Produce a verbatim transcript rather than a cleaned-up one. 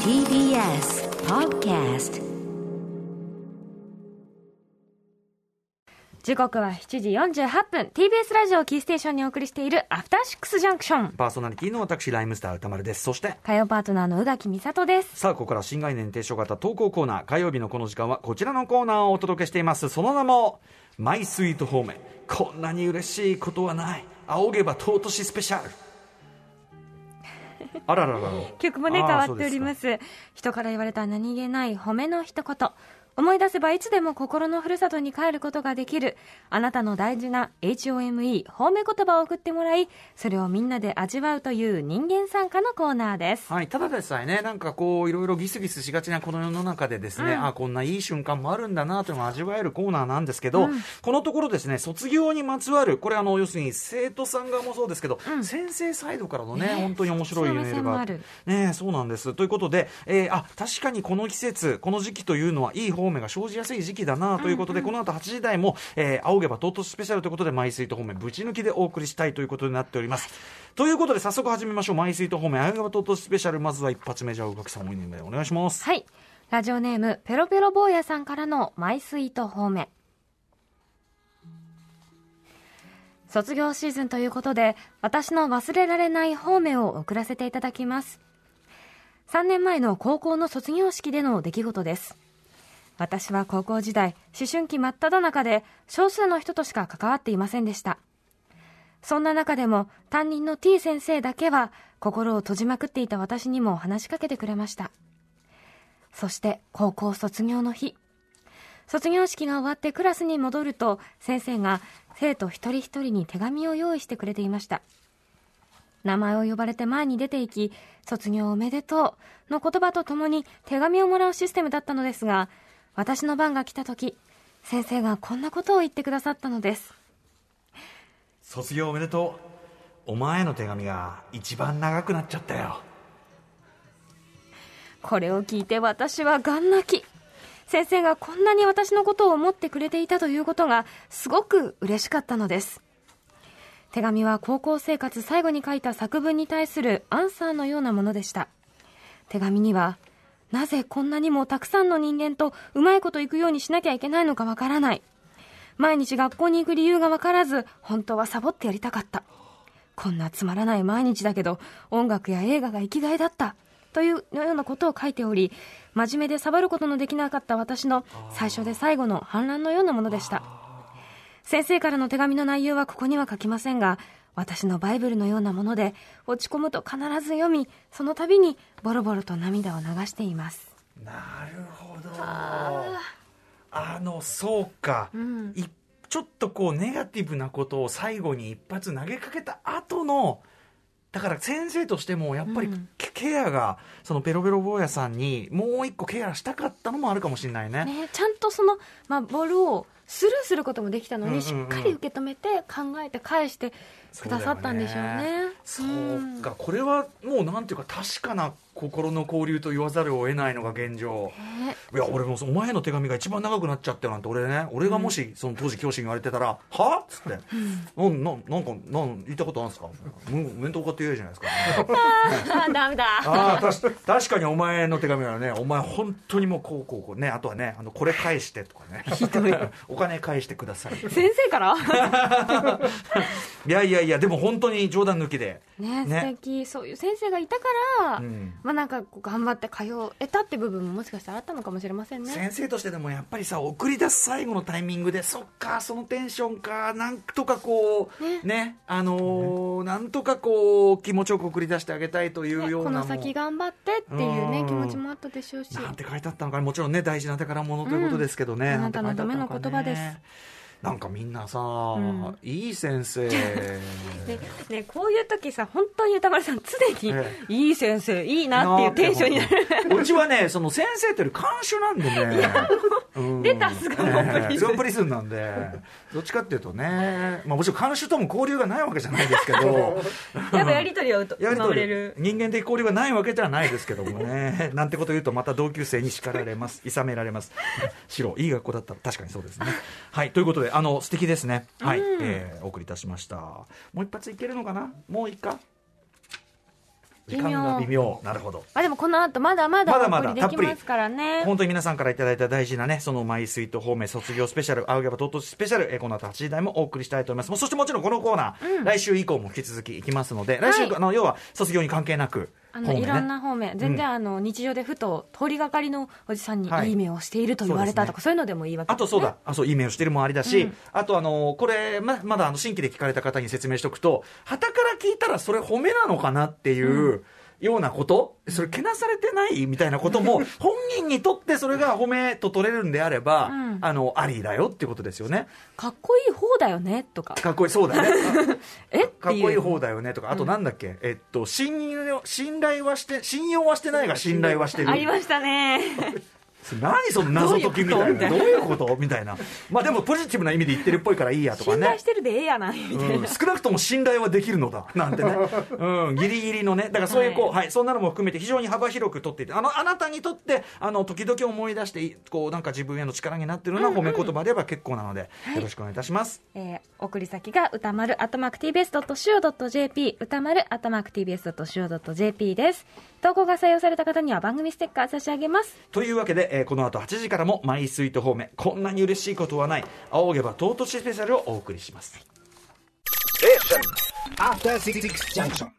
ティービーエス Podcast。時刻はしちじよんじゅうはっぷん。 ティービーエス ラジオキーステーションにお送りしているアフターシックスジャンクション。 パーソナリティの私ライムスター歌丸です。そして火曜パートナーの宇垣美里です。 さあここから新概念提唱型投稿コーナー、火曜日のこの時間はこちらのコーナーをお届けしています。その名もマイスイートホーム。こんなに嬉しいことはない、仰げば尊しスペシャル。あらららら曲もね変わっております。人から言われた何気ない褒めの一言、思い出せばいつでも心のふるさとに帰ることができる、あなたの大事な エイチオーエムイー 褒め言葉を送ってもらい、それをみんなで味わうという人間参加のコーナーです。 はい、ただでさえね、なんかこういろいろギスギスしがちなこの世の中でですね、うん、あこんないい瞬間もあるんだなというのを味わえるコーナーなんですけど、うん、このところですね、卒業にまつわるこれあの要するに生徒さん側もそうですけど、うん、先生サイドからのね、ね、本当に面白いメールがあるね。そうなんです。ということで、えー、あ確かにこの季節この時期というのはいい方面が生じやすい時期だなということで、うんうん、この後はちじ台も、えー、仰げば尊しスペシャルということでマイスイート方面ぶち抜きでお送りしたいということになっております。ということで早速始めましょう。マイスイート方面仰げば尊しスペシャル、まずは一発目、じゃあ宇垣さんお願いします。 はい、ラジオネームペロペロ坊やさんからのマイスイート方面。卒業シーズンということで私の忘れられない方面を送らせていただきます。さんねんまえの高校の卒業式での出来事です。私は高校時代、思春期真っ只中で少数の人としか関わっていませんでした。そんな中でも担任の T 先生だけは心を閉じまくっていた私にも話しかけてくれました。そして高校卒業の日、卒業式が終わってクラスに戻ると、先生が生徒一人一人に手紙を用意してくれていました。名前を呼ばれて前に出ていき、卒業おめでとうの言葉とともに手紙をもらうシステムだったのですが、私の番が来た時、先生がこんなことを言ってくださったのです。 卒業おめでとう。お前の手紙が一番長くなっちゃったよ。 これを聞いて私はガン泣き。先生がこんなに私のことを思ってくれていたということがすごく嬉しかったのです。手紙は高校生活最後に書いた作文に対するアンサーのようなものでした。手紙には、なぜこんなにもたくさんの人間とうまいこといくようにしなきゃいけないのかわからない。毎日学校に行く理由がわからず、本当はサボってやりたかった。こんなつまらない毎日だけど、音楽や映画が生きがいだった。というようなことを書いており、真面目でサボることのできなかった私の最初で最後の反乱のようなものでした。先生からの手紙の内容はここには書きませんが、私のバイブルのようなもので、落ち込むと必ず読み、その度にボロボロと涙を流しています。 なるほど。ああのそうか、うん、いちょっとこうネガティブなことを最後に一発投げかけた後の、だから先生としてもやっぱりケアが、うん、そのペロペロ坊やさんにもう一個ケアしたかったのもあるかもしれない ね, ね。ちゃんとその、まあ、ボールをスルーすることもできたのに、うんうんうん、しっかり受け止めて考えて返してくださったんでしょうね。 そうか、うん、これはもうなんていうか確かな心の交流と言わざるを得ないのが現状。いや俺もお前の手紙が一番長くなっちゃったよなんて、俺ね、俺がもしその当時教師に言われてたら、うん、はっつって、うん、な, な, なんかなん言ったことあるんですか、面と向かって言うじゃないですか、 ね、あダメだあたし確かにお前の手紙はね、お前本当にもうこうこうこうね、あとはね、あのこれ返してとかねひどいお金返してください先生からいやいやいや、でも本当に冗談抜きでね、ね、素敵。そういう先生がいたから、うん、まあなんかこう頑張って通えたって部分ももしかしたらあったのかもしれませんね。 先生としてでもやっぱりさ、送り出す最後のタイミングで、そっかそのテンションか、なんとかこう ね, ねあのー、なんとかこう気持ちよく送り出してあげたいというような、 ね、この先頑張ってっていうね、うん、気持ちもあったでしょうし、 なんて書いてあったのか、もちろんね大事な宝物ということですけどね、 うん、あなたのための言葉です。 なんかみんなさ、うん、いい先生ね, ね、こういう時さ、本当に歌丸さん常に、ええ、いい先生いいなっていうテンションになる。 うちはね、その先生というより監修なんでね、いやうん、出たすごいオープリズンプリズンなんで、どっちかっていうとね、まあ、もちろん監修とも交流がないわけじゃないですけどやっぱやり取りは生まれる、 人間的交流がないわけじゃないですけどもねなんてこと言うとまた同級生に叱られます、いさめられます白いい学校だったら確かにそうですねはい、ということであの素敵ですね、はい、えー、お送りいたしました。もう一発いけるのかな、もういいか、 時間が微妙。なるほど。 まあでもこの後まだまだまだまだお送りできますからね。 本当に皆さんからいただいた大事なね、そのマイスイートホーム卒業スペシャル、青山とうとしスペシャル、えー、この後はちじ台もお送りしたいと思います。もうそしてもちろんこのコーナー、うん、来週以降も引き続きいきますので、来週、はい、あの要は卒業に関係なく、 あの、ね、いろんな方面、全然、うん、あの日常でふと通りがかりのおじさんにいい目をしていると言われたとか、はい、そういうのでもいいわけですね。 あとそうだ、あ、そういい目をしているもありだし、うん、あとあのこれ ま, まだあの新規で聞かれた方に説明しておくと、旗から聞いたらそれ褒めなのかなっていう、うんようなこと、それけなされてないみたいなことも本人にとってそれが褒めと取れるんであれば、うん、あのありだよってことですよね。 かっこいい方だよねとか、 かっこいいそうだねえかっこいい方だよねとか、あとなんだっけ、うん、えっと信用信頼はして信用はしてないが信頼はしてる、 ありましたね何その謎解きみたいな、どういうことみたいな。まあでもポジティブな意味で言ってるっぽいからいいやとかね。 信頼してるでええやなみたいな、 うん、少なくとも信頼はできるのだなんてね、うん、ギリギリのね、だからそういうこう、はいはい、そんなのも含めて非常に幅広くとっていて、あのあなたにとってあの時々思い出してこうなんか自分への力になってるような褒め言葉であれば結構なので、うんうん、よろしくお願いいたします。 はい、えー、送り先が歌丸アットマーク ティービーエスドットシーオードットジェーピー 歌丸アットマーク ティービーエスドットシーオードットジェーピー です。投稿が採用された方には番組ステッカー差し上げます。 というわけで、えー、この後はちじからもマイスイート方面、こんなに嬉しいことはない仰げば尊しスペシャルをお送りします。